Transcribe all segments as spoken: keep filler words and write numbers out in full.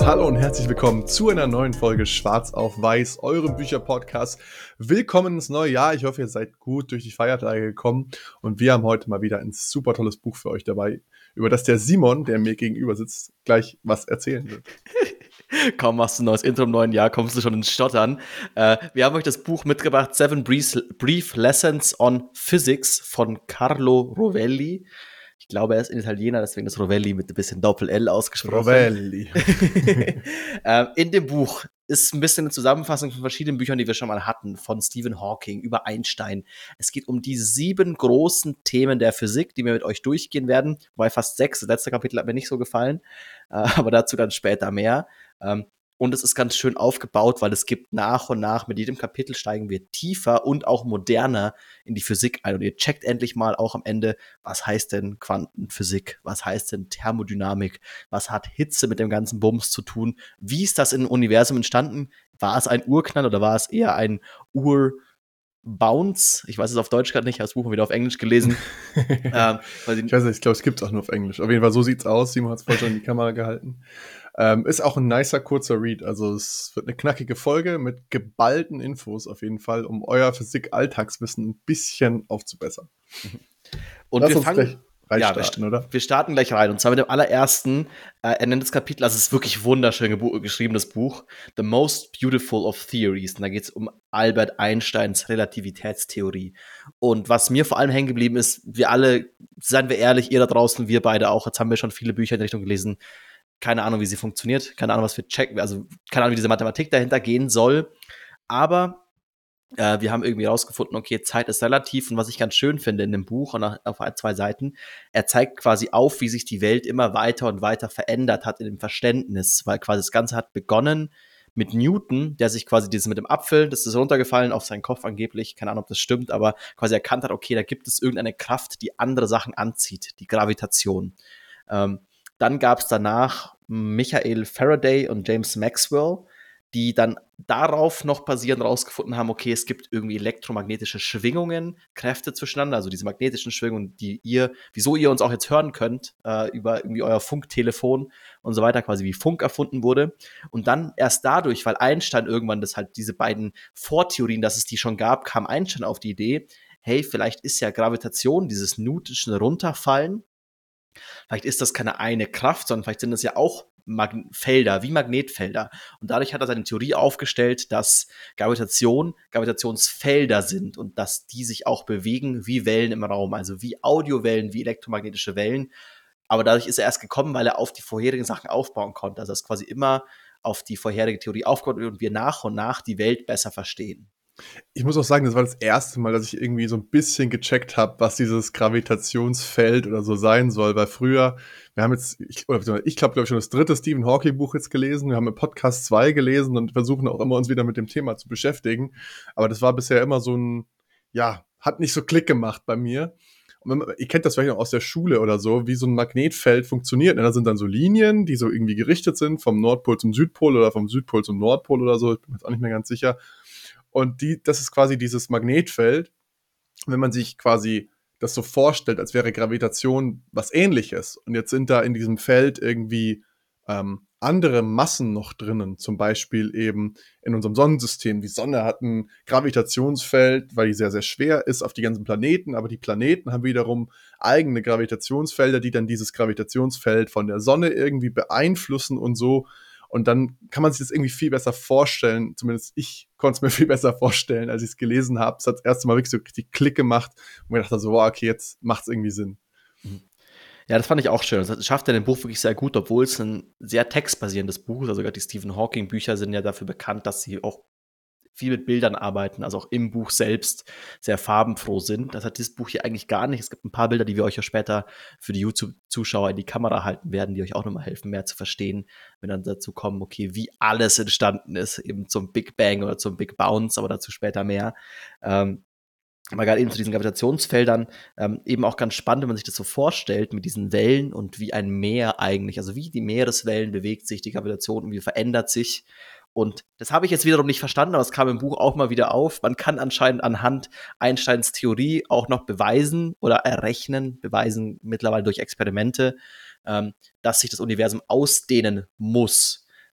Hallo und herzlich willkommen zu einer neuen Folge Schwarz auf Weiß, eurem Bücher-Podcast. Willkommen ins neue Jahr. Ich hoffe, ihr seid gut durch die Feiertage gekommen. Und wir haben heute mal wieder ein super tolles Buch für euch dabei, über das der Simon, der mir gegenüber sitzt, gleich was erzählen wird. Kaum machst du ein neues Intro im neuen Jahr, kommst du schon ins Stottern. Äh, wir haben euch das Buch mitgebracht, Seven Brief, Brief Lessons on Physics von Carlo Rovelli. Ich glaube, er ist ein Italiener, deswegen ist Rovelli mit ein bisschen Doppel-L ausgesprochen. Rovelli. äh, in dem Buch ist ein bisschen eine Zusammenfassung von verschiedenen Büchern, die wir schon mal hatten, von Stephen Hawking über Einstein. Es geht um die sieben großen Themen der Physik, die wir mit euch durchgehen werden. Wobei fast sechs, das letzte Kapitel hat mir nicht so gefallen, äh, aber dazu dann später mehr. Ähm, Und es ist ganz schön aufgebaut, weil es gibt nach und nach, mit jedem Kapitel steigen wir tiefer und auch moderner in die Physik ein. Und ihr checkt endlich mal auch am Ende, was heißt denn Quantenphysik? Was heißt denn Thermodynamik? Was hat Hitze mit dem ganzen Bums zu tun? Wie ist das im Universum entstanden? War es ein Urknall oder war es eher ein Ur-Bounce? Ich weiß es auf Deutsch gerade nicht, ich habe das Buch mal wieder auf Englisch gelesen. ähm, ich weiß nicht, ich glaube, es gibt es auch nur auf Englisch. Auf jeden Fall, so sieht's aus. Simon hat es voll schon in die Kamera gehalten. Ähm, ist auch ein nicer, kurzer Read. Also es wird eine knackige Folge mit geballten Infos auf jeden Fall, um euer Physik-Alltagswissen ein bisschen aufzubessern. Und Lass wir uns fangen gleich Ja, reinstarten, wir, oder? wir starten gleich rein. Und zwar mit dem allerersten, äh, er nennt das Kapitel, also es ist wirklich wunderschön gebu- geschriebenes Buch, The Most Beautiful of Theories. Und da geht es um Albert Einsteins Relativitätstheorie. Und was mir vor allem hängen geblieben ist, wir alle, seien wir ehrlich, ihr da draußen, wir beide auch, jetzt haben wir schon viele Bücher in der Richtung gelesen, keine Ahnung, wie sie funktioniert, keine Ahnung, was wir checken, also keine Ahnung, wie diese Mathematik dahinter gehen soll. Aber Äh, wir haben irgendwie rausgefunden, okay, Zeit ist relativ. Und was ich ganz schön finde in dem Buch und auf zwei Seiten, er zeigt quasi auf, wie sich die Welt immer weiter und weiter verändert hat in dem Verständnis, weil quasi das Ganze hat begonnen mit Newton, der sich quasi dieses mit dem Apfel, das ist runtergefallen auf seinen Kopf angeblich, keine Ahnung, ob das stimmt, aber quasi erkannt hat, okay, da gibt es irgendeine Kraft, die andere Sachen anzieht, die Gravitation. Ähm, dann gab es danach Michael Faraday und James Maxwell, die dann darauf noch basierend rausgefunden haben, okay, es gibt irgendwie elektromagnetische Schwingungen, Kräfte zwischeneinander, also diese magnetischen Schwingungen, die ihr, wieso ihr uns auch jetzt hören könnt, äh, über irgendwie euer Funktelefon und so weiter, quasi wie Funk erfunden wurde. Und dann erst dadurch, weil Einstein irgendwann das halt, diese beiden Vortheorien, dass es die schon gab, kam Einstein auf die Idee, hey, vielleicht ist ja Gravitation, dieses Newtonsche Runterfallen, vielleicht ist das keine eine Kraft, sondern vielleicht sind das ja auch Mag- Felder, wie Magnetfelder. Und dadurch hat er seine Theorie aufgestellt, dass Gravitation Gravitationsfelder sind und dass die sich auch bewegen wie Wellen im Raum, also wie Audiowellen, wie elektromagnetische Wellen. Aber dadurch ist er erst gekommen, weil er auf die vorherigen Sachen aufbauen konnte. Also dass quasi immer auf die vorherige Theorie aufgebaut wird und wir nach und nach die Welt besser verstehen. Ich muss auch sagen, das war das erste Mal, dass ich irgendwie so ein bisschen gecheckt habe, was dieses Gravitationsfeld oder so sein soll. Weil früher, wir haben jetzt, ich, oder ich glaube, glaube ich, schon das dritte Stephen Hawking-Buch jetzt gelesen. Wir haben im Podcast zwei gelesen und versuchen auch immer, uns wieder mit dem Thema zu beschäftigen. Aber das war bisher immer so ein, ja, hat nicht so Klick gemacht bei mir. Und wenn man, ihr kennt das vielleicht noch aus der Schule oder so, wie so ein Magnetfeld funktioniert. Da sind dann so Linien, die so irgendwie gerichtet sind, vom Nordpol zum Südpol oder vom Südpol zum Nordpol oder so. Ich bin mir jetzt auch nicht mehr ganz sicher. Und die, das ist quasi dieses Magnetfeld. Wenn man sich quasi das so vorstellt, als wäre Gravitation was Ähnliches. Und jetzt sind da in diesem Feld irgendwie ähm, andere Massen noch drinnen. Zum Beispiel eben in unserem Sonnensystem. Die Sonne hat ein Gravitationsfeld, weil die sehr, sehr schwer ist auf die ganzen Planeten. Aber die Planeten haben wiederum eigene Gravitationsfelder, die dann dieses Gravitationsfeld von der Sonne irgendwie beeinflussen und so. Und dann kann man sich das irgendwie viel besser vorstellen. Zumindest ich konnte es mir viel besser vorstellen, als ich es gelesen habe. Es hat das erste Mal wirklich so richtig Klick gemacht. Und mir dachte so, wow, okay, jetzt macht es irgendwie Sinn. Ja, das fand ich auch schön. Das schafft er in dem Buch wirklich sehr gut, obwohl es ein sehr textbasierendes Buch ist. Also sogar die Stephen Hawking-Bücher sind ja dafür bekannt, dass sie auch viel mit Bildern arbeiten, also auch im Buch selbst sehr farbenfroh sind. Das hat dieses Buch hier eigentlich gar nicht. Es gibt ein paar Bilder, die wir euch ja später für die YouTube-Zuschauer in die Kamera halten werden, die euch auch nochmal helfen, mehr zu verstehen, wenn dann dazu kommen, okay, wie alles entstanden ist, eben zum Big Bang oder zum Big Bounce, aber dazu später mehr. Ähm, aber gerade eben zu diesen Gravitationsfeldern ähm, eben auch ganz spannend, wenn man sich das so vorstellt mit diesen Wellen und wie ein Meer eigentlich, also wie die Meereswellen bewegt sich die Gravitation und wie verändert sich. Und das habe ich jetzt wiederum nicht verstanden, aber es kam im Buch auch mal wieder auf. Man kann anscheinend anhand Einsteins Theorie auch noch beweisen oder errechnen, beweisen mittlerweile durch Experimente, ähm, dass sich das Universum ausdehnen muss.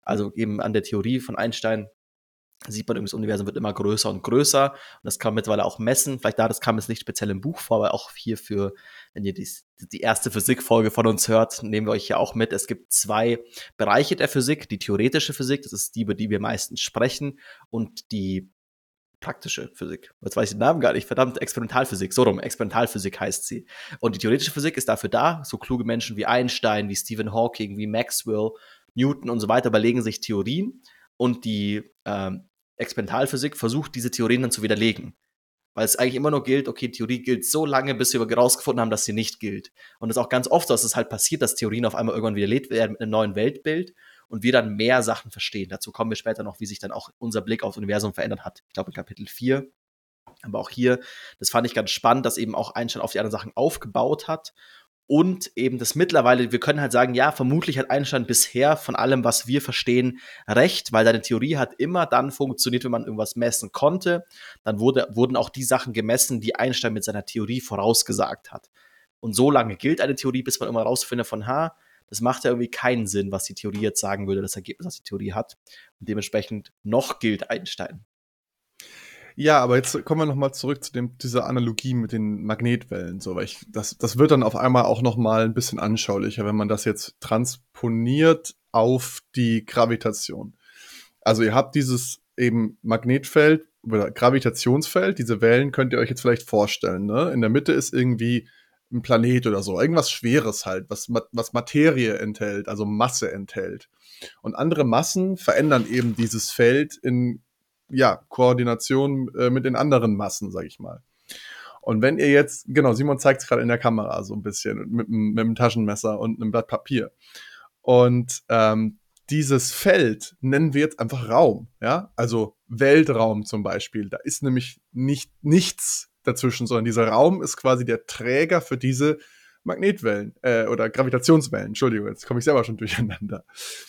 Also eben an der Theorie von Einstein sieht man, das Universum wird immer größer und größer. Und das kann man mittlerweile auch messen. Vielleicht da, das kam jetzt nicht speziell im Buch vor, aber auch hier für, wenn ihr die, die erste Physikfolge von uns hört, nehmen wir euch ja auch mit. Es gibt zwei Bereiche der Physik. Die theoretische Physik, das ist die, über die wir meistens sprechen, und die praktische Physik. Jetzt weiß ich den Namen gar nicht. Verdammt, Experimentalphysik. So rum, Experimentalphysik heißt sie. Und die theoretische Physik ist dafür da, so kluge Menschen wie Einstein, wie Stephen Hawking, wie Maxwell, Newton und so weiter überlegen sich Theorien, und die ähm, Experimentalphysik versucht, diese Theorien dann zu widerlegen. Weil es eigentlich immer nur gilt, okay, Theorie gilt so lange, bis wir herausgefunden haben, dass sie nicht gilt. Und es ist auch ganz oft so, dass es halt passiert, dass Theorien auf einmal irgendwann widerlegt werden mit einem neuen Weltbild und wir dann mehr Sachen verstehen. Dazu kommen wir später noch, wie sich dann auch unser Blick aufs Universum verändert hat. Ich glaube in Kapitel vier. Aber auch hier, das fand ich ganz spannend, dass eben auch Einstein auf die anderen Sachen aufgebaut hat. Und eben das mittlerweile, wir können halt sagen, ja, vermutlich hat Einstein bisher von allem, was wir verstehen, recht, weil seine Theorie hat immer dann funktioniert, wenn man irgendwas messen konnte. Dann wurde, wurden auch die Sachen gemessen, die Einstein mit seiner Theorie vorausgesagt hat. Und so lange gilt eine Theorie, bis man immer rausfindet von, ha, das macht ja irgendwie keinen Sinn, was die Theorie jetzt sagen würde, das Ergebnis, was die Theorie hat. Und dementsprechend noch gilt Einstein. Ja, aber jetzt kommen wir noch mal zurück zu dem, dieser Analogie mit den Magnetwellen. So, weil ich, das, das wird dann auf einmal auch noch mal ein bisschen anschaulicher, wenn man das jetzt transponiert auf die Gravitation. Also ihr habt dieses eben Magnetfeld oder Gravitationsfeld. Diese Wellen könnt ihr euch jetzt vielleicht vorstellen. Ne? In der Mitte ist irgendwie ein Planet oder so. Irgendwas Schweres halt, was, was Materie enthält, also Masse enthält. Und andere Massen verändern eben dieses Feld in ja, Koordination äh, mit den anderen Massen, sag ich mal. Und wenn ihr jetzt, genau, Simon zeigt es gerade in der Kamera so ein bisschen, mit, mit einem Taschenmesser und einem Blatt Papier. Und ähm, dieses Feld nennen wir jetzt einfach Raum, ja, also Weltraum zum Beispiel. Da ist nämlich nicht nichts dazwischen, sondern dieser Raum ist quasi der Träger für diese Magnetwellen äh, oder Gravitationswellen. Entschuldigung, jetzt komme ich selber schon durcheinander.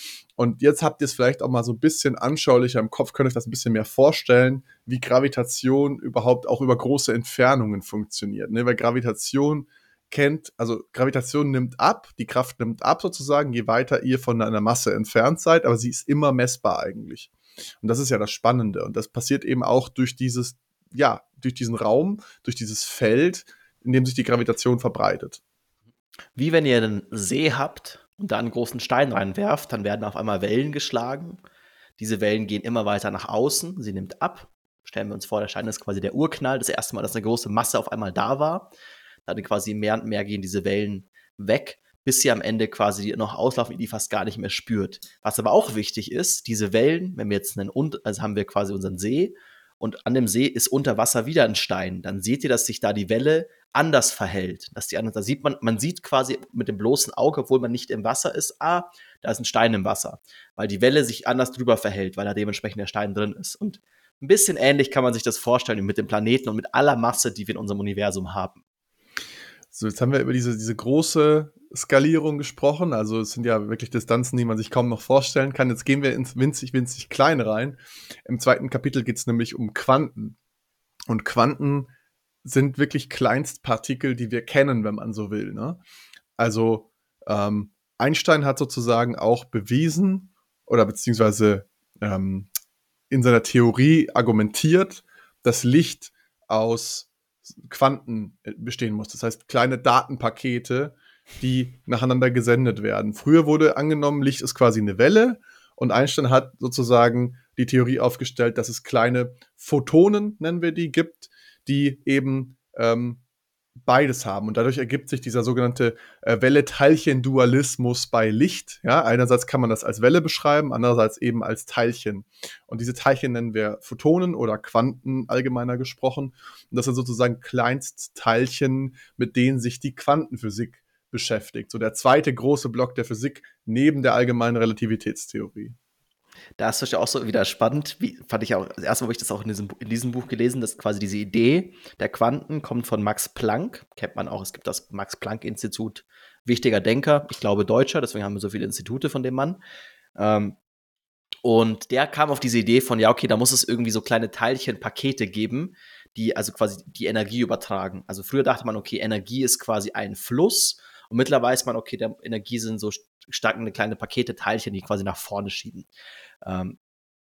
Und jetzt habt ihr es vielleicht auch mal so ein bisschen anschaulicher im Kopf, könnt euch das ein bisschen mehr vorstellen, wie Gravitation überhaupt auch über große Entfernungen funktioniert. Ne? Weil Gravitation kennt, also Gravitation nimmt ab, die Kraft nimmt ab sozusagen, je weiter ihr von einer Masse entfernt seid, aber sie ist immer messbar eigentlich. Und das ist ja das Spannende. Und das passiert eben auch durch dieses, ja, durch diesen Raum, durch dieses Feld, in dem sich die Gravitation verbreitet. Wie wenn ihr einen See habt und da einen großen Stein reinwerft, dann werden auf einmal Wellen geschlagen. Diese Wellen gehen immer weiter nach außen, sie nimmt ab. Stellen wir uns vor, der Stein ist quasi der Urknall, das erste Mal, dass eine große Masse auf einmal da war. Dann quasi mehr und mehr gehen diese Wellen weg, bis sie am Ende quasi noch auslaufen, die fast gar nicht mehr spürt. Was aber auch wichtig ist, diese Wellen, wenn wir jetzt einen, also haben wir quasi unseren See, und an dem See ist unter Wasser wieder ein Stein, dann seht ihr, dass sich da die Welle anders verhält. Dass die anders, da sieht man, man sieht quasi mit dem bloßen Auge, obwohl man nicht im Wasser ist, ah, da ist ein Stein im Wasser. Weil die Welle sich anders drüber verhält, weil da dementsprechend der Stein drin ist. Und ein bisschen ähnlich kann man sich das vorstellen mit dem Planeten und mit aller Masse, die wir in unserem Universum haben. So, jetzt haben wir über diese, diese große Skalierung gesprochen. Also es sind ja wirklich Distanzen, die man sich kaum noch vorstellen kann. Jetzt gehen wir ins winzig, winzig Kleine rein. Im zweiten Kapitel geht es nämlich um Quanten. Und Quanten sind wirklich Kleinstpartikel, die wir kennen, wenn man so will. Ne? Also ähm, Einstein hat sozusagen auch bewiesen oder beziehungsweise ähm, in seiner Theorie argumentiert, dass Licht aus Quanten bestehen muss. Das heißt, kleine Datenpakete, die nacheinander gesendet werden. Früher wurde angenommen, Licht ist quasi eine Welle, und Einstein hat sozusagen die Theorie aufgestellt, dass es kleine Photonen, nennen wir die, gibt, die eben ähm, beides haben. Und dadurch ergibt sich dieser sogenannte äh, Welle-Teilchen-Dualismus bei Licht. Ja, einerseits kann man das als Welle beschreiben, andererseits eben als Teilchen. Und diese Teilchen nennen wir Photonen oder Quanten, allgemeiner gesprochen. Und das sind sozusagen Kleinstteilchen, mit denen sich die Quantenphysik beschäftigt. So der zweite große Block der Physik neben der allgemeinen Relativitätstheorie. Da ist es ja auch so wieder spannend, wie, fand ich auch, das erste Mal habe ich das auch in diesem, in diesem Buch gelesen, dass quasi diese Idee der Quanten kommt von Max Planck, kennt man auch, es gibt das Max-Planck-Institut, wichtiger Denker, ich glaube Deutscher, deswegen haben wir so viele Institute von dem Mann. Ähm, und der kam auf diese Idee von, ja, okay, da muss es irgendwie so kleine Teilchen, Pakete geben, die also quasi die Energie übertragen. Also früher dachte man, okay, Energie ist quasi ein Fluss, Und mittlerweile weiß man, okay, der Energie sind so starke kleine Pakete, Teilchen, die quasi nach vorne schieben. Ähm,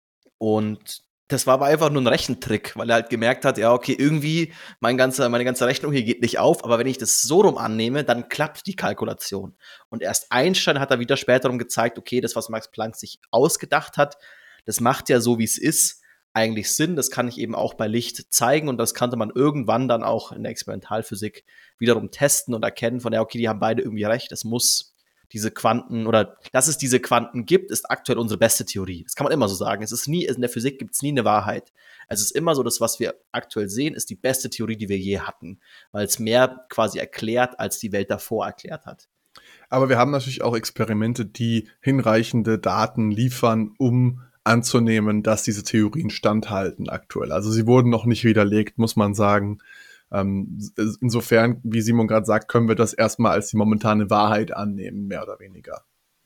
und das war aber einfach nur ein Rechentrick, weil er halt gemerkt hat, ja, okay, irgendwie mein ganzer, meine ganze Rechnung hier geht nicht auf, aber wenn ich das so rum annehme, dann klappt die Kalkulation. Und erst Einstein hat da wieder später rum gezeigt, okay, das, was Max Planck sich ausgedacht hat, das macht ja so, wie es ist, eigentlich Sinn. Das kann ich eben auch bei Licht zeigen und das konnte man irgendwann dann auch in der Experimentalphysik wiederum testen und erkennen von, ja, okay, die haben beide irgendwie recht, es muss diese Quanten oder dass es diese Quanten gibt, ist aktuell unsere beste Theorie. Das kann man immer so sagen. Es ist nie, in der Physik gibt es nie eine Wahrheit. Es ist immer so, dass was wir aktuell sehen, ist die beste Theorie, die wir je hatten, weil es mehr quasi erklärt, als die Welt davor erklärt hat. Aber wir haben natürlich auch Experimente, die hinreichende Daten liefern, um anzunehmen, dass diese Theorien standhalten aktuell. Also sie wurden noch nicht widerlegt, muss man sagen. Ähm, insofern, wie Simon gerade sagt, können wir das erstmal als die momentane Wahrheit annehmen, mehr oder weniger.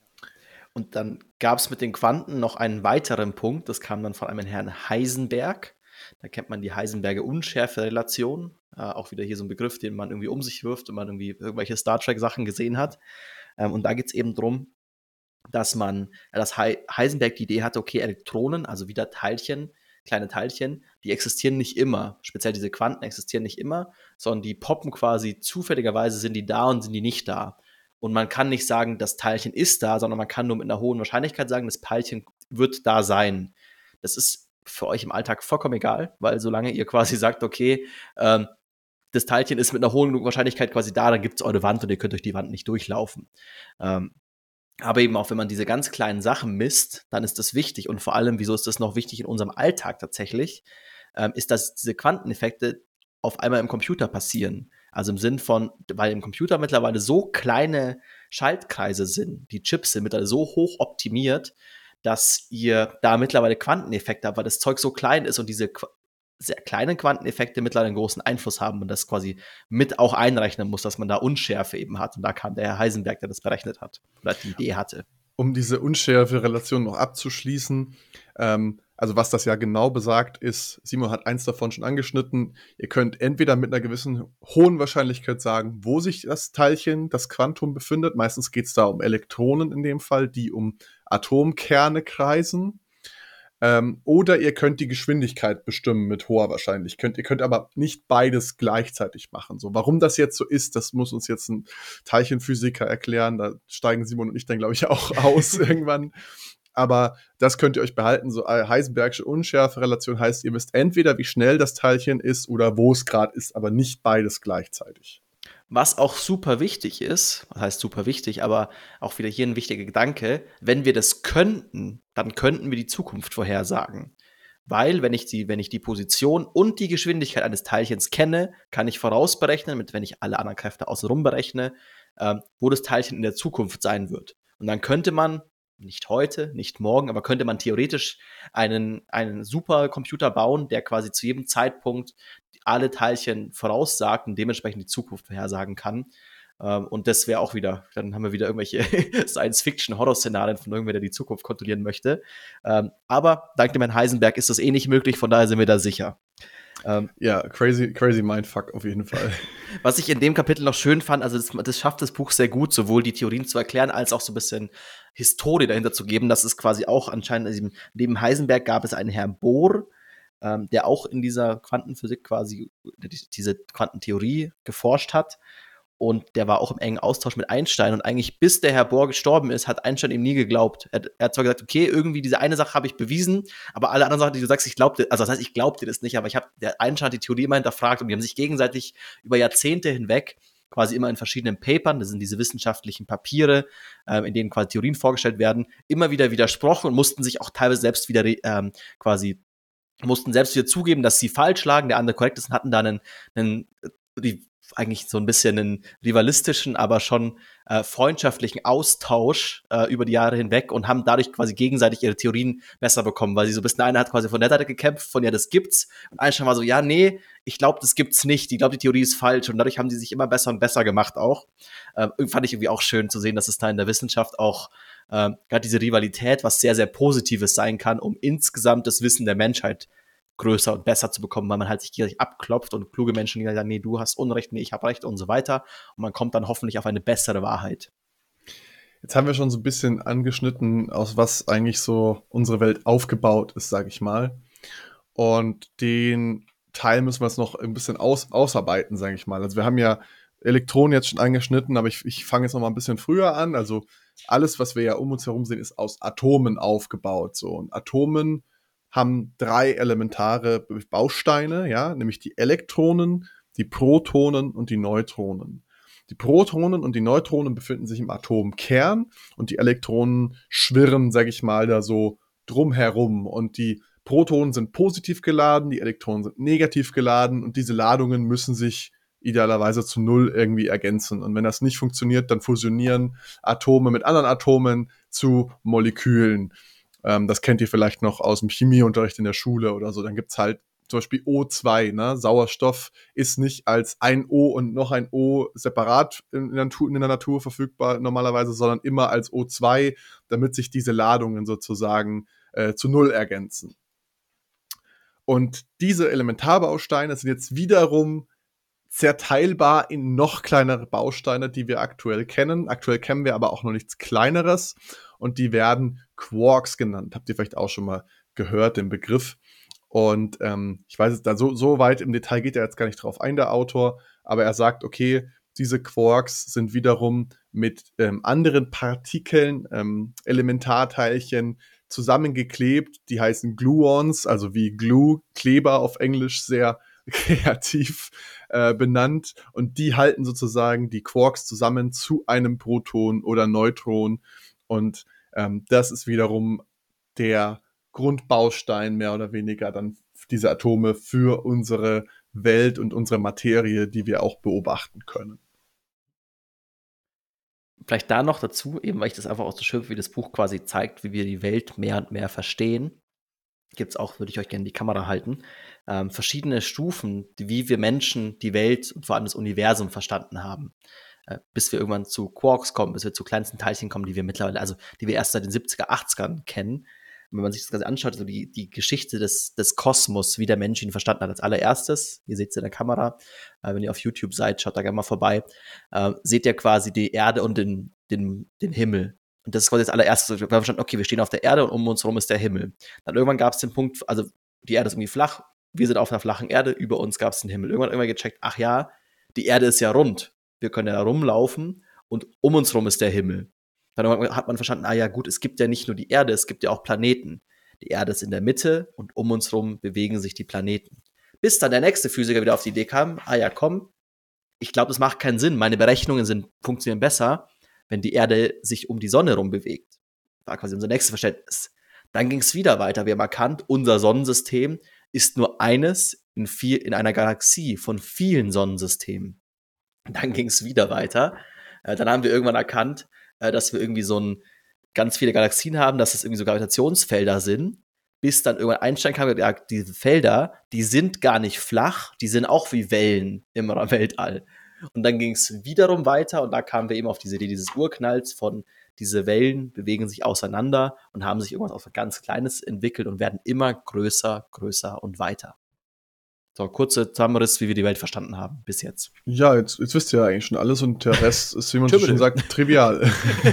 Und dann gab es mit den Quanten noch einen weiteren Punkt, das kam dann von einem Herrn Heisenberg. Da kennt man die Heisenberger Unschärferelation, äh, auch wieder hier so ein Begriff, den man irgendwie um sich wirft, wenn man irgendwie irgendwelche Star Trek-Sachen gesehen hat. Ähm, und da geht es eben darum, dass man, äh, dass He- Heisenberg die Idee hatte, okay, Elektronen, also wieder Teilchen, kleine Teilchen, die existieren nicht immer. Speziell diese Quanten existieren nicht immer, sondern die poppen quasi zufälligerweise, sind die da und sind die nicht da. Und man kann nicht sagen, das Teilchen ist da, sondern man kann nur mit einer hohen Wahrscheinlichkeit sagen, das Teilchen wird da sein. Das ist für euch im Alltag vollkommen egal, weil solange ihr quasi sagt, okay, ähm, das Teilchen ist mit einer hohen Wahrscheinlichkeit quasi da, dann gibt es eure Wand und ihr könnt durch die Wand nicht durchlaufen. Ähm, aber eben auch, wenn man diese ganz kleinen Sachen misst, dann ist das wichtig. Und vor allem, wieso ist das noch wichtig in unserem Alltag tatsächlich, ähm, ist, dass diese Quanteneffekte auf einmal im Computer passieren. Also im Sinn von, weil im Computer mittlerweile so kleine Schaltkreise sind, die Chips sind mittlerweile so hoch optimiert, dass ihr da mittlerweile Quanteneffekte habt, weil das Zeug so klein ist und diese Qu- sehr kleinen Quanteneffekte mittlerweile einen großen Einfluss haben und das quasi mit auch einrechnen muss, dass man da Unschärfe eben hat. Und da kam der Herr Heisenberg, der das berechnet hat oder die Idee hatte. Um diese Unschärfe-Relation noch abzuschließen, ähm, also was das ja genau besagt ist, Simon hat eins davon schon angeschnitten, ihr könnt entweder mit einer gewissen hohen Wahrscheinlichkeit sagen, wo sich das Teilchen, das Quantum befindet. Meistens geht es da um Elektronen in dem Fall, die um Atomkerne kreisen. Ähm, oder ihr könnt die Geschwindigkeit bestimmen mit hoher Wahrscheinlichkeit. Ihr könnt aber nicht beides gleichzeitig machen. So, warum das jetzt so ist, das muss uns jetzt ein Teilchenphysiker erklären. Da steigen Simon und ich dann, glaube ich, auch aus irgendwann. Aber das könnt ihr euch behalten. So eine Heisenbergsche Unschärferelation heißt, ihr wisst entweder, wie schnell das Teilchen ist oder wo es gerade ist, aber nicht beides gleichzeitig. Was auch super wichtig ist, was heißt super wichtig, aber auch wieder hier ein wichtiger Gedanke, wenn wir das könnten, dann könnten wir die Zukunft vorhersagen. Weil, wenn ich die, wenn ich die Position und die Geschwindigkeit eines Teilchens kenne, kann ich vorausberechnen, mit, wenn ich alle anderen Kräfte außenrum berechne, ähm, wo das Teilchen in der Zukunft sein wird. Und dann könnte man, nicht heute, nicht morgen, aber könnte man theoretisch einen, einen Supercomputer bauen, der quasi zu jedem Zeitpunkt alle Teilchen voraussagt und dementsprechend die Zukunft vorhersagen kann. Ähm, und das wäre auch wieder, dann haben wir wieder irgendwelche Science-Fiction-Horror-Szenarien von irgendwer, der die Zukunft kontrollieren möchte. Ähm, aber dank dem Herrn Heisenberg ist das eh nicht möglich, von daher sind wir da sicher. Ähm, ja, crazy, crazy Mindfuck auf jeden Fall. Was ich in dem Kapitel noch schön fand, also das, das schafft das Buch sehr gut, sowohl die Theorien zu erklären, als auch so ein bisschen Historie dahinter zu geben. Das ist quasi auch anscheinend, also neben Heisenberg gab es einen Herrn Bohr, ähm, der auch in dieser Quantenphysik quasi diese Quantentheorie geforscht hat. Und der war auch im engen Austausch mit Einstein. Und eigentlich, bis der Herr Bohr gestorben ist, hat Einstein ihm nie geglaubt. Er, er hat zwar gesagt, okay, irgendwie diese eine Sache habe ich bewiesen, aber alle anderen Sachen, die du sagst, ich glaubte, also das heißt, ich glaubte das nicht, aber ich habe, der Einstein hat die Theorie immer hinterfragt und die haben sich gegenseitig über Jahrzehnte hinweg quasi immer in verschiedenen Papern, das sind diese wissenschaftlichen Papiere, ähm, in denen quasi Theorien vorgestellt werden, immer wieder widersprochen und mussten sich auch teilweise selbst wieder ähm, quasi mussten selbst wieder zugeben, dass sie falsch lagen, der andere korrekt ist und hatten da einen, einen die, eigentlich so ein bisschen einen rivalistischen, aber schon äh, freundschaftlichen Austausch äh, über die Jahre hinweg und haben dadurch quasi gegenseitig ihre Theorien besser bekommen, weil sie so ein bisschen, einer hat quasi von der Seite gekämpft, von ja, das gibt's, und Einstein war so, ja, nee, ich glaube, das gibt's nicht, ich glaube, die Theorie ist falsch, und dadurch haben die sich immer besser und besser gemacht auch. Äh, fand ich irgendwie auch schön zu sehen, dass es da in der Wissenschaft auch äh, gerade diese Rivalität, was sehr, sehr Positives sein kann, um insgesamt das Wissen der Menschheit größer und besser zu bekommen, weil man halt sich gegenseitig abklopft und kluge Menschen, die sagen, nee, du hast Unrecht, nee, ich habe Recht und so weiter. Und man kommt dann hoffentlich auf eine bessere Wahrheit. Jetzt haben wir schon so ein bisschen angeschnitten, aus was eigentlich so unsere Welt aufgebaut ist, sage ich mal. Und den Teil müssen wir jetzt noch ein bisschen aus, ausarbeiten, sage ich mal. Also wir haben ja Elektronen jetzt schon angeschnitten, aber ich, ich fange jetzt noch mal ein bisschen früher an. Also alles, was wir ja um uns herum sehen, ist aus Atomen aufgebaut. So. Und Atomen haben drei elementare Bausteine, ja, nämlich die Elektronen, die Protonen und die Neutronen. Die Protonen und die Neutronen befinden sich im Atomkern und die Elektronen schwirren, sage ich mal, da so drumherum. Und die Protonen sind positiv geladen, die Elektronen sind negativ geladen und diese Ladungen müssen sich idealerweise zu Null irgendwie ergänzen. Und wenn das nicht funktioniert, dann fusionieren Atome mit anderen Atomen zu Molekülen. Ähm, das kennt ihr vielleicht noch aus dem Chemieunterricht in der Schule oder so. Dann gibt es halt zum Beispiel O zwei, ne? Sauerstoff ist nicht als ein O und noch ein O separat in, in, der Natur, in der Natur verfügbar normalerweise, sondern immer als O zwei, damit sich diese Ladungen sozusagen äh, zu Null ergänzen. Und diese Elementarbausteine sind jetzt wiederum zerteilbar in noch kleinere Bausteine, die wir aktuell kennen. Aktuell kennen wir aber auch noch nichts Kleineres und die werden Quarks genannt. Habt ihr vielleicht auch schon mal gehört, den Begriff. Und ähm, ich weiß es da so, so weit im Detail geht er jetzt gar nicht drauf ein, der Autor, aber er sagt, okay, diese Quarks sind wiederum mit ähm, anderen Partikeln, ähm, Elementarteilchen zusammengeklebt, die heißen Gluons, also wie Glue, Kleber auf Englisch, sehr kreativ äh, benannt, und die halten sozusagen die Quarks zusammen zu einem Proton oder Neutron, und ähm, das ist wiederum der Grundbaustein mehr oder weniger dann diese Atome für unsere Welt und unsere Materie, die wir auch beobachten können. Vielleicht da noch dazu, eben weil ich das einfach auch so schön, wie das Buch quasi zeigt, wie wir die Welt mehr und mehr verstehen. Gibt es auch, würde ich euch gerne die Kamera halten, ähm, verschiedene Stufen, die, wie wir Menschen die Welt und vor allem das Universum verstanden haben. Äh, bis wir irgendwann zu Quarks kommen, bis wir zu kleinsten Teilchen kommen, die wir mittlerweile, also die wir erst seit den siebziger, achtzigern kennen. Und wenn man sich das Ganze anschaut, so die, die Geschichte des, des Kosmos, wie der Mensch ihn verstanden hat als allererstes, ihr seht es in der Kamera, äh, wenn ihr auf YouTube seid, schaut da gerne mal vorbei, äh, seht ihr quasi die Erde und den, den, den Himmel. Und das ist quasi das allererste, wir haben verstanden, okay, wir stehen auf der Erde und um uns herum ist der Himmel. Dann irgendwann gab es den Punkt, also die Erde ist irgendwie flach, wir sind auf einer flachen Erde, über uns gab es den Himmel. Irgendwann irgendwann gecheckt, ach ja, die Erde ist ja rund, wir können ja da rumlaufen und um uns herum ist der Himmel. Dann hat man verstanden, ah ja gut, es gibt ja nicht nur die Erde, es gibt ja auch Planeten. Die Erde ist in der Mitte und um uns herum bewegen sich die Planeten. Bis dann der nächste Physiker wieder auf die Idee kam, ah ja komm, ich glaube, das macht keinen Sinn, meine Berechnungen sind, funktionieren besser, wenn die Erde sich um die Sonne rum bewegt. War quasi unser nächstes Verständnis. Dann ging es wieder weiter. Wir haben erkannt, unser Sonnensystem ist nur eines in, viel, in einer Galaxie von vielen Sonnensystemen. Dann ging es wieder weiter. Äh, dann haben wir irgendwann erkannt, äh, dass wir irgendwie so ein, ganz viele Galaxien haben, dass es irgendwie so Gravitationsfelder sind. Bis dann irgendwann Einstein kam und gesagt, diese Felder, die sind gar nicht flach, die sind auch wie Wellen im Weltall. Und dann ging es wiederum weiter und da kamen wir eben auf diese Idee dieses Urknalls von, diese Wellen bewegen sich auseinander und haben sich irgendwas auf ein ganz Kleines entwickelt und werden immer größer, größer und weiter. So, kurzer Zusammenriss, wie wir die Welt verstanden haben, bis jetzt. Ja, jetzt, jetzt wisst ihr ja eigentlich schon alles und der Rest ist, wie man so schön sagt, trivial.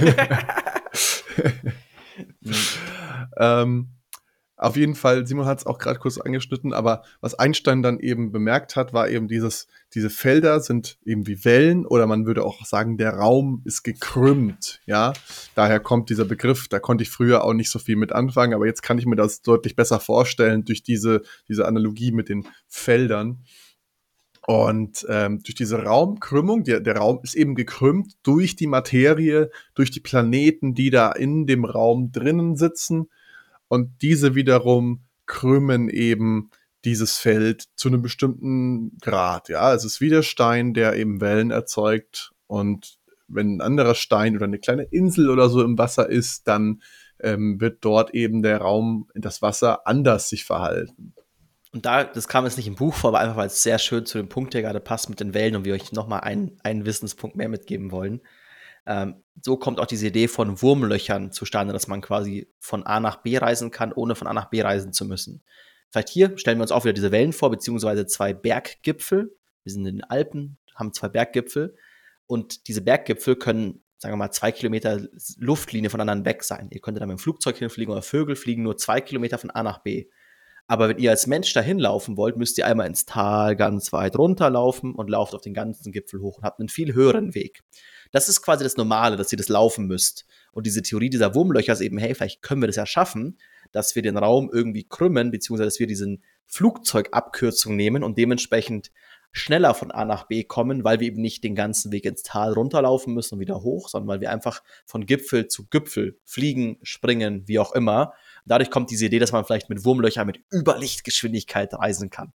ähm, Auf jeden Fall, Simon hat es auch gerade kurz angeschnitten, aber was Einstein dann eben bemerkt hat, war eben dieses, diese Felder sind eben wie Wellen, oder man würde auch sagen, der Raum ist gekrümmt, ja. Daher kommt dieser Begriff, da konnte ich früher auch nicht so viel mit anfangen, aber jetzt kann ich mir das deutlich besser vorstellen durch diese, diese Analogie mit den Feldern. Und ähm, durch diese Raumkrümmung, der, der Raum ist eben gekrümmt durch die Materie, durch die Planeten, die da in dem Raum drinnen sitzen. Und diese wiederum krümmen eben dieses Feld zu einem bestimmten Grad. Ja, es ist wie der Stein, der eben Wellen erzeugt. Und wenn ein anderer Stein oder eine kleine Insel oder so im Wasser ist, dann ähm, wird dort eben der Raum, das Wasser anders sich verhalten. Und da, das kam jetzt nicht im Buch vor, aber einfach, weil es sehr schön zu dem Punkt hier gerade passt mit den Wellen und wir euch nochmal einen, einen Wissenspunkt mehr mitgeben wollen. Ähm, so kommt auch diese Idee von Wurmlöchern zustande, dass man quasi von A nach B reisen kann, ohne von A nach B reisen zu müssen. vielleicht hier stellen wir uns auch wieder diese Wellen vor, beziehungsweise zwei Berggipfel. Wir sind in den Alpen, haben zwei Berggipfel und diese Berggipfel können, sagen wir mal, zwei Kilometer Luftlinie voneinander weg sein. Ihr könntet dann mit dem Flugzeug hinfliegen oder Vögel fliegen nur zwei Kilometer von A nach B. Aber wenn ihr als Mensch dahin laufen wollt, müsst ihr einmal ins Tal ganz weit runterlaufen und lauft auf den ganzen Gipfel hoch und habt einen viel höheren Weg. Das ist quasi das Normale, dass ihr das laufen müsst. Und diese Theorie dieser Wurmlöcher ist eben, hey, vielleicht können wir das ja schaffen, dass wir den Raum irgendwie krümmen, beziehungsweise dass wir diesen Flugzeugabkürzung nehmen und dementsprechend schneller von A nach B kommen, weil wir eben nicht den ganzen Weg ins Tal runterlaufen müssen und wieder hoch, sondern weil wir einfach von Gipfel zu Gipfel fliegen, springen, wie auch immer. Dadurch kommt diese Idee, dass man vielleicht mit Wurmlöchern mit Überlichtgeschwindigkeit reisen kann.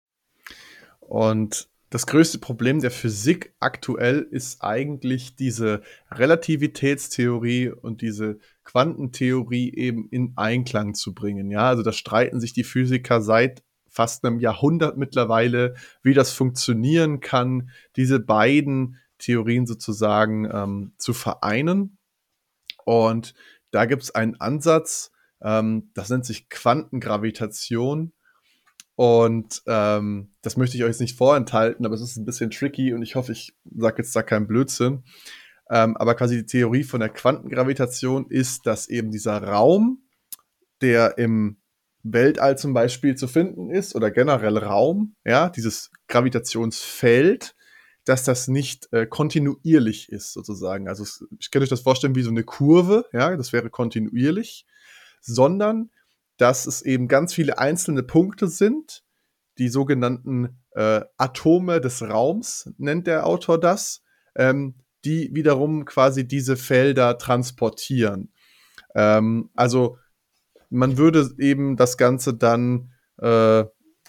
Und das größte Problem der Physik aktuell ist eigentlich diese Relativitätstheorie und diese Quantentheorie eben in Einklang zu bringen. Ja, also da streiten sich die Physiker seit fast einem Jahrhundert mittlerweile, wie das funktionieren kann, diese beiden Theorien sozusagen ähm, zu vereinen. Und da gibt es einen Ansatz, ähm, das nennt sich Quantengravitation. Und ähm, das möchte ich euch jetzt nicht vorenthalten, aber es ist ein bisschen tricky und ich hoffe, ich sage jetzt da keinen Blödsinn. Ähm, aber quasi die Theorie von der Quantengravitation ist, dass eben dieser Raum, der im Weltall zum Beispiel zu finden ist oder generell Raum, ja, dieses Gravitationsfeld, dass das nicht äh, kontinuierlich ist sozusagen. Also es, ich kann euch das vorstellen wie so eine Kurve, ja, das wäre kontinuierlich, sondern dass es eben ganz viele einzelne Punkte sind, die sogenannten äh, Atome des Raums, nennt der Autor das, ähm, die wiederum quasi diese Felder transportieren. Ähm, also man würde eben das Ganze dann, äh,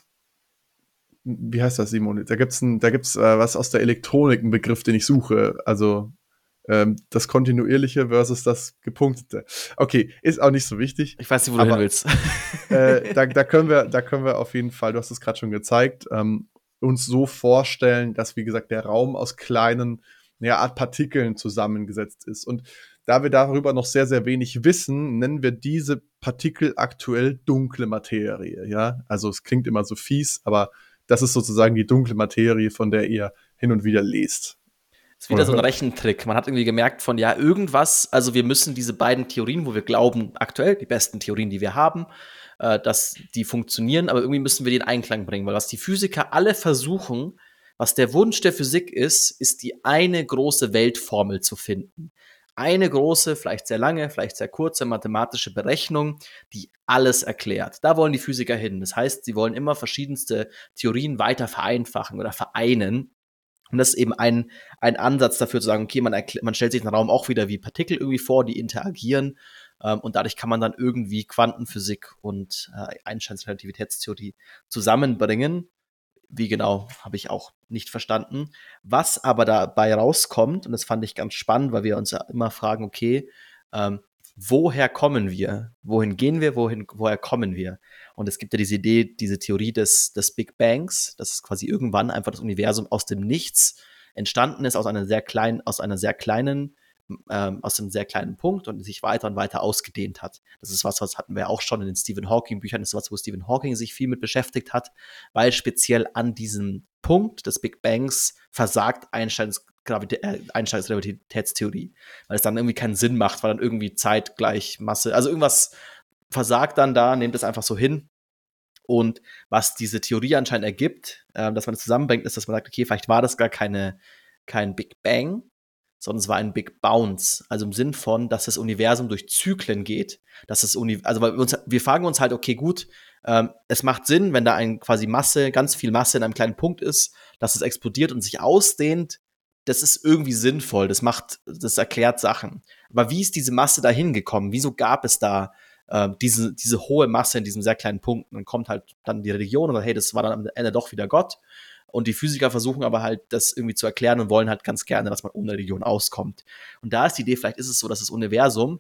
wie heißt das, Simon? Da gibt's ein, da gibt's äh, was aus der Elektronik, einen Begriff, den ich suche. Also ähm, das Kontinuierliche versus das Gepunktete. Okay, ist auch nicht so wichtig. Ich weiß nicht, wo du hin willst. äh, da, da, können wir, da können wir auf jeden Fall, du hast es gerade schon gezeigt, ähm, uns so vorstellen, dass, wie gesagt, der Raum aus kleinen, ja, Art Partikeln zusammengesetzt ist. Und da wir darüber noch sehr, sehr wenig wissen, nennen wir diese Partikel aktuell dunkle Materie. Ja? Also es klingt immer so fies, aber das ist sozusagen die dunkle Materie, von der ihr hin und wieder lest. Das ist wieder so ein Rechentrick. Man hat irgendwie gemerkt von, ja, irgendwas, also wir müssen diese beiden Theorien, wo wir glauben, aktuell die besten Theorien, die wir haben, äh, dass die funktionieren, aber irgendwie müssen wir die in Einklang bringen, weil was die Physiker alle versuchen, was der Wunsch der Physik ist, ist die eine große Weltformel zu finden. Eine große, vielleicht sehr lange, vielleicht sehr kurze mathematische Berechnung, die alles erklärt. Da wollen die Physiker hin. Das heißt, sie wollen immer verschiedenste Theorien weiter vereinfachen oder vereinen. Und das ist eben ein, ein Ansatz dafür zu sagen, okay, man, erkl- man stellt sich den Raum auch wieder wie Partikel irgendwie vor, die interagieren. Ähm, und dadurch kann man dann irgendwie Quantenphysik und äh, Einsteins Relativitätstheorie zusammenbringen. Wie genau, habe ich auch nicht verstanden. Was aber dabei rauskommt, und das fand ich ganz spannend, weil wir uns ja immer fragen, okay, ähm, woher kommen wir? Wohin gehen wir? Wohin, woher kommen wir? Und es gibt ja diese Idee, diese Theorie des, des Big Bangs, dass es quasi irgendwann einfach das Universum aus dem Nichts entstanden ist, aus einer sehr kleinen, aus einer sehr kleinen Ähm, aus einem sehr kleinen Punkt und sich weiter und weiter ausgedehnt hat. Das ist was, was hatten wir auch schon in den Stephen Hawking-Büchern, das ist was, wo Stephen Hawking sich viel mit beschäftigt hat, weil speziell an diesem Punkt des Big Bangs versagt Einsteins, Gravitä äh, Einsteins Relativitätstheorie, weil es dann irgendwie keinen Sinn macht, weil dann irgendwie Zeit gleich Masse, also irgendwas versagt dann da, nehmt es einfach so hin. Und was diese Theorie anscheinend ergibt, äh, dass man das zusammenbringt, ist, dass man sagt, okay, vielleicht war das gar keine, kein Big Bang, sondern es war ein Big Bounce. Also im Sinn von, dass das Universum durch Zyklen geht. Dass das Uni also weil wir, uns, wir fragen uns halt, okay, gut, ähm, es macht Sinn, wenn da ein quasi Masse, ganz viel Masse in einem kleinen Punkt ist, dass es explodiert und sich ausdehnt. Das ist irgendwie sinnvoll. Das macht, das erklärt Sachen. Aber wie ist diese Masse da hingekommen? Wieso gab es da äh, diese, diese hohe Masse in diesem sehr kleinen Punkt? Und dann kommt halt dann die Religion und sagt, hey, das war dann am Ende doch wieder Gott. Und die Physiker versuchen aber halt, das irgendwie zu erklären und wollen halt ganz gerne, dass man ohne Religion auskommt. Und da ist die Idee, vielleicht ist es so, dass das Universum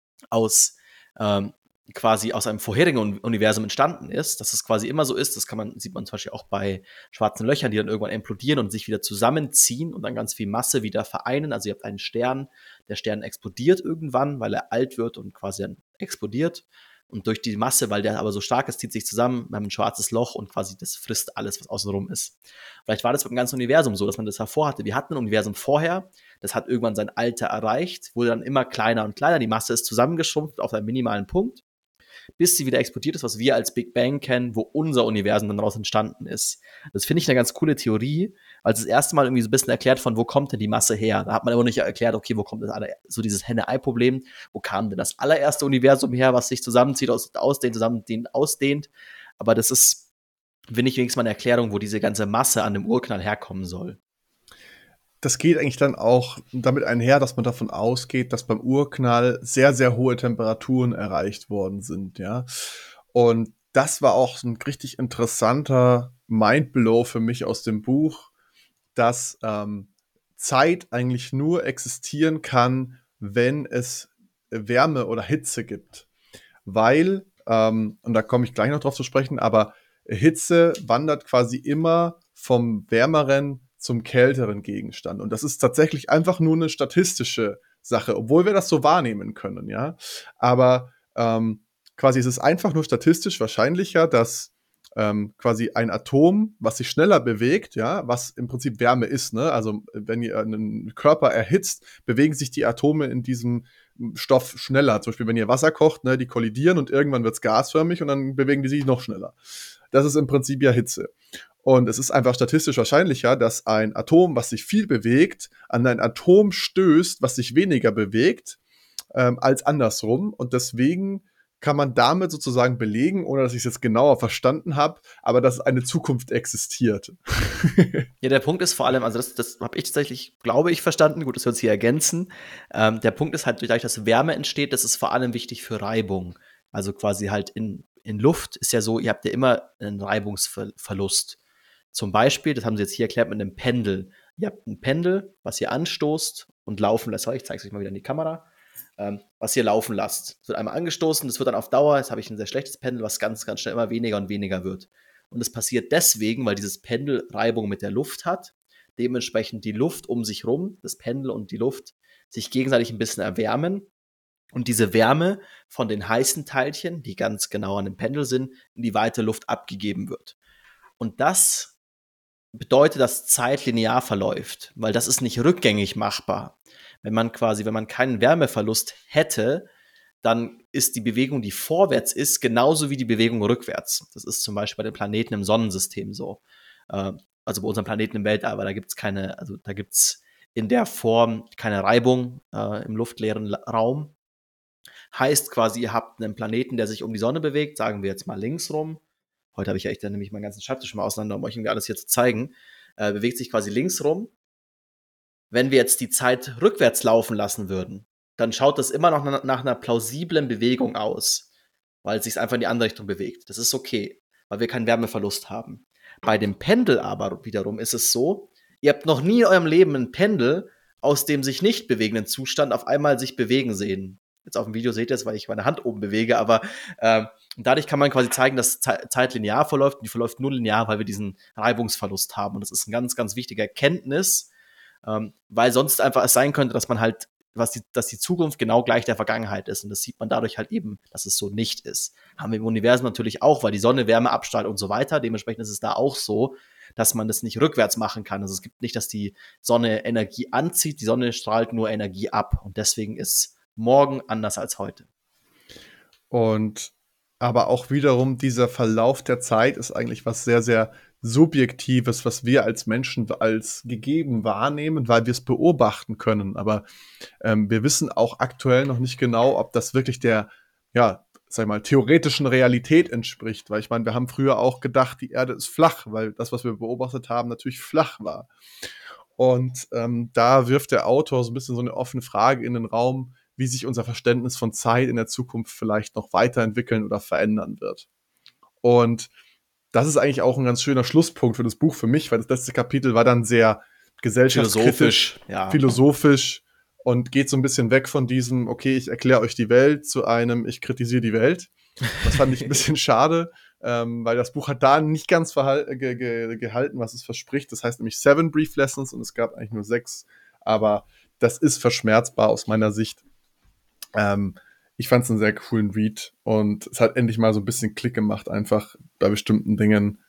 aus ähm, quasi aus einem vorherigen Universum entstanden ist, dass es quasi immer so ist. Das kann man, sieht man zum Beispiel auch bei schwarzen Löchern, die dann irgendwann implodieren und sich wieder zusammenziehen und dann ganz viel Masse wieder vereinen. Also ihr habt einen Stern, der Stern explodiert irgendwann, weil er alt wird und quasi dann explodiert. Und durch die Masse, weil der aber so stark ist, zieht sich zusammen, wir haben ein schwarzes Loch und quasi das frisst alles, was außenrum ist. Vielleicht war das beim ganzen Universum so, dass man das hervorhatte. Wir hatten ein Universum vorher, das hat irgendwann sein Alter erreicht, wurde dann immer kleiner und kleiner, die Masse ist zusammengeschrumpft auf einen minimalen Punkt, bis sie wieder explodiert ist, was wir als Big Bang kennen, wo unser Universum dann daraus entstanden ist. Das finde ich eine ganz coole Theorie, weil es das erste Mal irgendwie so ein bisschen erklärt, von wo kommt denn die Masse her. Da hat man aber nicht erklärt, okay, wo kommt das alle, so dieses Henne-Ei-Problem, wo kam denn das allererste Universum her, was sich zusammenzieht, aus, ausdehnt, zusammendehnt, ausdehnt. Aber das ist, finde ich, wenigstens mal eine Erklärung, wo diese ganze Masse an dem Urknall herkommen soll. Das geht eigentlich dann auch damit einher, dass man davon ausgeht, dass beim Urknall sehr, sehr hohe Temperaturen erreicht worden sind, ja. Und das war auch ein richtig interessanter Mindblow für mich aus dem Buch, dass ähm, Zeit eigentlich nur existieren kann, wenn es Wärme oder Hitze gibt. Weil, ähm, und da komme ich gleich noch drauf zu sprechen, aber Hitze wandert quasi immer vom wärmeren zum kälteren Gegenstand. Und das ist tatsächlich einfach nur eine statistische Sache, obwohl wir das so wahrnehmen können, ja. Aber ähm, quasi ist es einfach nur statistisch wahrscheinlicher, dass ähm, quasi ein Atom, was sich schneller bewegt, ja, was im Prinzip Wärme ist, ne? Also wenn ihr einen Körper erhitzt, bewegen sich die Atome in diesem Stoff schneller. Zum Beispiel, wenn ihr Wasser kocht, ne, die kollidieren und irgendwann wird es gasförmig und dann bewegen die sich noch schneller. Das ist im Prinzip ja Hitze. Und es ist einfach statistisch wahrscheinlicher, dass ein Atom, was sich viel bewegt, an ein Atom stößt, was sich weniger bewegt, ähm, als andersrum. Und deswegen kann man damit sozusagen belegen, ohne dass ich es jetzt genauer verstanden habe, aber dass eine Zukunft existiert. Ja, der Punkt ist vor allem, also das, das habe ich tatsächlich, glaube ich, verstanden. Gut, dass wir uns hier ergänzen. Ähm, der Punkt ist halt, dadurch, dass Wärme entsteht, das ist vor allem wichtig für Reibung. Also quasi halt in, in Luft ist ja so, ihr habt ja immer einen Reibungsverlust. Zum Beispiel, das haben sie jetzt hier erklärt mit einem Pendel. Ihr habt ein Pendel, was ihr anstoßt und laufen lässt. Ich zeige es euch mal wieder in die Kamera. Ähm, was ihr laufen lasst. Es wird einmal angestoßen, das wird dann auf Dauer, jetzt habe ich ein sehr schlechtes Pendel, was ganz, ganz schnell immer weniger und weniger wird. Und es passiert deswegen, weil dieses Pendel Reibung mit der Luft hat, dementsprechend die Luft um sich rum, das Pendel und die Luft, sich gegenseitig ein bisschen erwärmen und diese Wärme von den heißen Teilchen, die ganz genau an dem Pendel sind, in die weite Luft abgegeben wird. Und das bedeutet, dass Zeit linear verläuft, weil das ist nicht rückgängig machbar. Wenn man quasi, wenn man keinen Wärmeverlust hätte, dann ist die Bewegung, die vorwärts ist, genauso wie die Bewegung rückwärts. Das ist zum Beispiel bei den Planeten im Sonnensystem so. Äh, also bei unserem Planeten im Weltall, aber da gibt's keine, also da gibt's in der Form keine Reibung äh, im luftleeren Raum. Heißt quasi, ihr habt einen Planeten, der sich um die Sonne bewegt, sagen wir jetzt mal links rum. Heute habe ich ja echt dann nämlich meinen ganzen Schreibtisch mal auseinander, um euch irgendwie alles hier zu zeigen. Äh, bewegt sich quasi links rum. Wenn wir jetzt die Zeit rückwärts laufen lassen würden, dann schaut das immer noch nach, nach einer plausiblen Bewegung aus, weil es sich einfach in die andere Richtung bewegt. Das ist okay, weil wir keinen Wärmeverlust haben. Bei dem Pendel aber wiederum ist es so, ihr habt noch nie in eurem Leben ein Pendel aus dem sich nicht bewegenden Zustand auf einmal sich bewegen sehen. Jetzt auf dem Video seht ihr es, weil ich meine Hand oben bewege, aber äh, dadurch kann man quasi zeigen, dass Ze- Zeit linear verläuft und die verläuft nur linear, weil wir diesen Reibungsverlust haben. Und das ist eine ganz, ganz wichtige Erkenntnis, ähm, weil sonst einfach es sein könnte, dass man halt, was die, dass die Zukunft genau gleich der Vergangenheit ist. Und das sieht man dadurch halt eben, dass es so nicht ist. Haben wir im Universum natürlich auch, weil die Sonne Wärme abstrahlt und so weiter. Dementsprechend ist es da auch so, dass man das nicht rückwärts machen kann. Also es gibt nicht, dass die Sonne Energie anzieht, die Sonne strahlt nur Energie ab. Und deswegen ist morgen anders als heute. Und aber auch wiederum dieser Verlauf der Zeit ist eigentlich was sehr, sehr Subjektives, was wir als Menschen als gegeben wahrnehmen, weil wir es beobachten können. Aber ähm, wir wissen auch aktuell noch nicht genau, ob das wirklich der, ja, sag ich mal, theoretischen Realität entspricht. Weil ich meine, wir haben früher auch gedacht, die Erde ist flach, weil das, was wir beobachtet haben, natürlich flach war. Und ähm, da wirft der Autor so ein bisschen so eine offene Frage in den Raum, wie sich unser Verständnis von Zeit in der Zukunft vielleicht noch weiterentwickeln oder verändern wird. Und das ist eigentlich auch ein ganz schöner Schlusspunkt für das Buch für mich, weil das letzte Kapitel war dann sehr gesellschaftskritisch, Philosophisch, ja. philosophisch und geht so ein bisschen weg von diesem, okay, ich erkläre euch die Welt, zu einem, ich kritisiere die Welt. Das fand ich ein bisschen schade, ähm, weil das Buch hat da nicht ganz verhal- ge- ge- gehalten, was es verspricht. Das heißt nämlich Seven Brief Lessons und es gab eigentlich nur sechs, aber das ist verschmerzbar aus meiner Sicht. Ähm, ich fand es einen sehr coolen Read und es hat endlich mal so ein bisschen Klick gemacht, einfach bei bestimmten Dingen.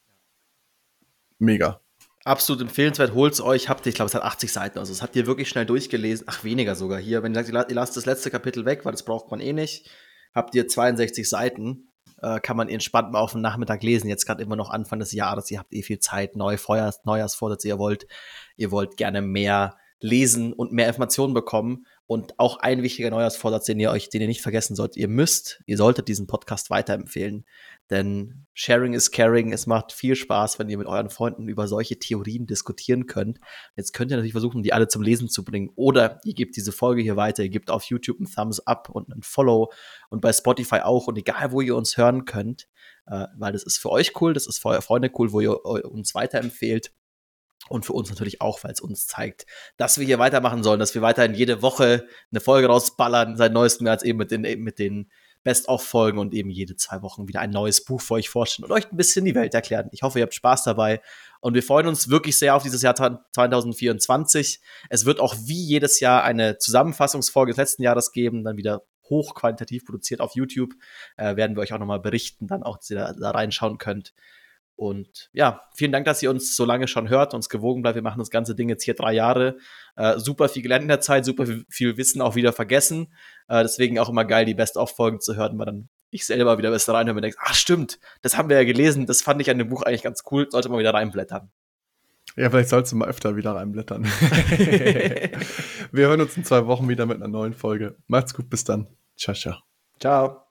Mega. Absolut empfehlenswert, holt's euch, habt ihr, ich glaube, es hat achtzig Seiten, also das habt ihr wirklich schnell durchgelesen, ach, weniger sogar hier, wenn ihr sagt, ihr la- ihr lasst das letzte Kapitel weg, weil das braucht man eh nicht, habt ihr zweiundsechzig Seiten, äh, kann man entspannt mal auf den Nachmittag lesen, jetzt gerade immer noch Anfang des Jahres, ihr habt eh viel Zeit, neue Feuers, Neujahrsvorsätze, ihr wollt, ihr wollt gerne mehr lesen und mehr Informationen bekommen und auch ein wichtiger Neujahrsvorsatz, den ihr euch, den ihr nicht vergessen sollt, ihr müsst, ihr solltet diesen Podcast weiterempfehlen, denn Sharing is Caring, es macht viel Spaß, wenn ihr mit euren Freunden über solche Theorien diskutieren könnt. Jetzt könnt ihr natürlich versuchen, die alle zum Lesen zu bringen. Oder ihr gebt diese Folge hier weiter, ihr gebt auf YouTube einen Thumbs Up und einen Follow und bei Spotify auch. Und egal, wo ihr uns hören könnt, äh, weil das ist für euch cool, das ist für eure Freunde cool, wo ihr uns weiterempfehlt. Und für uns natürlich auch, weil es uns zeigt, dass wir hier weitermachen sollen, dass wir weiterhin jede Woche eine Folge rausballern, seit neuestem Jahr eben mit den, eben mit den Best-of-Folgen und eben jede zwei Wochen wieder ein neues Buch für euch vorstellen und euch ein bisschen die Welt erklären. Ich hoffe, ihr habt Spaß dabei und wir freuen uns wirklich sehr auf dieses Jahr zwanzig vierundzwanzig. Es wird auch wie jedes Jahr eine Zusammenfassungsfolge des letzten Jahres geben, dann wieder hochqualitativ produziert auf YouTube. Äh, werden wir euch auch nochmal berichten, dann auch, dass ihr da, da reinschauen könnt. Und ja, vielen Dank, dass ihr uns so lange schon hört, uns gewogen bleibt. Wir machen das ganze Ding jetzt hier drei Jahre. Äh, super viel gelernt in der Zeit, super viel, viel Wissen auch wieder vergessen. Äh, deswegen auch immer geil, die Best-of-Folgen zu hören, weil dann ich selber wieder besser reinhöre und denke, ach stimmt, das haben wir ja gelesen, das fand ich an dem Buch eigentlich ganz cool, sollte man wieder reinblättern. Ja, vielleicht sollst du mal öfter wieder reinblättern. Wir hören uns in zwei Wochen wieder mit einer neuen Folge. Macht's gut, bis dann. Ciao, ciao. Ciao.